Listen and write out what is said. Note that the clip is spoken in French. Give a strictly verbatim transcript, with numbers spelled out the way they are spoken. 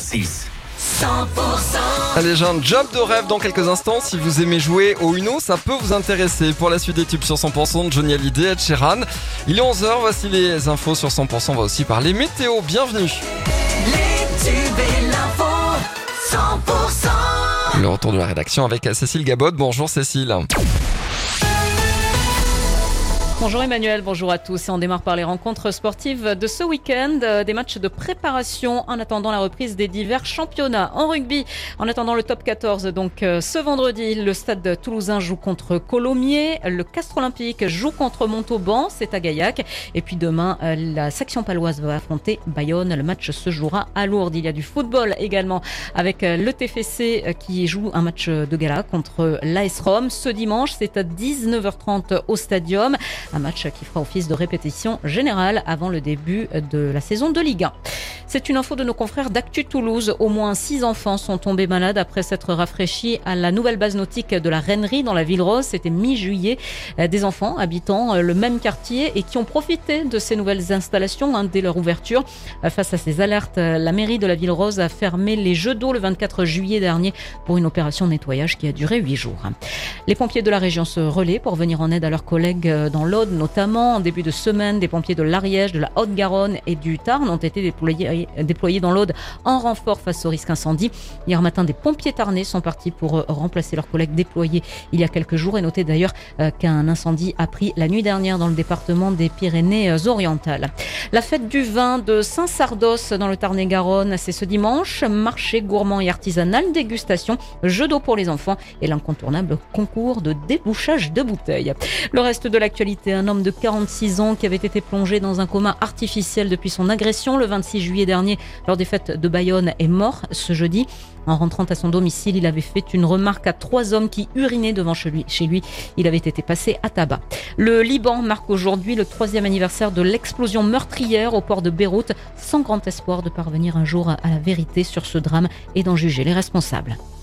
six. cent pour cent. Allez, j'ai un job de rêve dans quelques instants. Si vous aimez jouer au Uno, ça peut vous intéresser. Pour la suite des tubes sur cent pour cent de Johnny Hallyday, Ed Sheeran. Il est onze heures, voici les infos sur cent pour cent. On va aussi parler météo. Bienvenue. Les tubes et l'info, cent pour cent. Le retour de la rédaction avec Cécile Gabod. Bonjour Cécile. Bonjour Emmanuel, bonjour à tous. Et on démarre par les rencontres sportives de ce week-end. Des matchs de préparation en attendant la reprise des divers championnats. En rugby, en attendant le top quatorze, donc ce vendredi, le stade toulousain joue contre Colomiers. Le Castres Olympique joue contre Montauban, c'est à Gaillac. Et puis demain, la section paloise va affronter Bayonne. Le match se jouera à Lourdes. Il y a du football également avec le T F C qui joue un match de gala contre l'A S Rome. Ce dimanche, c'est à dix-neuf heures trente au Stadium. Un match qui fera office de répétition générale avant le début de la saison de Ligue un. C'est une info de nos confrères d'Actu Toulouse. Au moins six enfants sont tombés malades après s'être rafraîchis à la nouvelle base nautique de la Rennerie dans la Ville Rose. C'était mi-juillet. Des enfants habitant le même quartier et qui ont profité de ces nouvelles installations hein, dès leur ouverture. Face à ces alertes, la mairie de la Ville Rose a fermé les jeux d'eau le vingt-quatre juillet dernier pour une opération de nettoyage qui a duré huit jours. Les pompiers de la région se relaient pour venir en aide à leurs collègues dans l'Aude. Notamment en début de semaine, des pompiers de l'Ariège, de la Haute-Garonne et du Tarn ont été déployés, déployés dans l'Aude en renfort face au risque incendie. Hier matin, des pompiers tarnais sont partis pour remplacer leurs collègues déployés il y a quelques jours et noter d'ailleurs qu'un incendie a pris la nuit dernière dans le département des Pyrénées-Orientales. La fête du vin de Saint-Sardos dans le Tarn-et-Garonne, c'est ce dimanche. Marché gourmand et artisanal, dégustation, jeux d'eau pour les enfants et l'incontournable concours de débouchage de bouteilles. Le reste de l'actualité, un homme de quarante-six ans qui avait été plongé dans un coma artificiel depuis son agression le vingt-six juillet dernier lors des fêtes de Bayonne est mort ce jeudi. En rentrant à son domicile, il avait fait une remarque à trois hommes qui urinaient devant chez lui. Chez lui, il avait été passé à tabac. Le Liban marque aujourd'hui le troisième anniversaire de l'explosion meurtrière au port de Beyrouth, sans grand espoir de parvenir un jour à la vérité sur ce drame et d'en juger les responsables.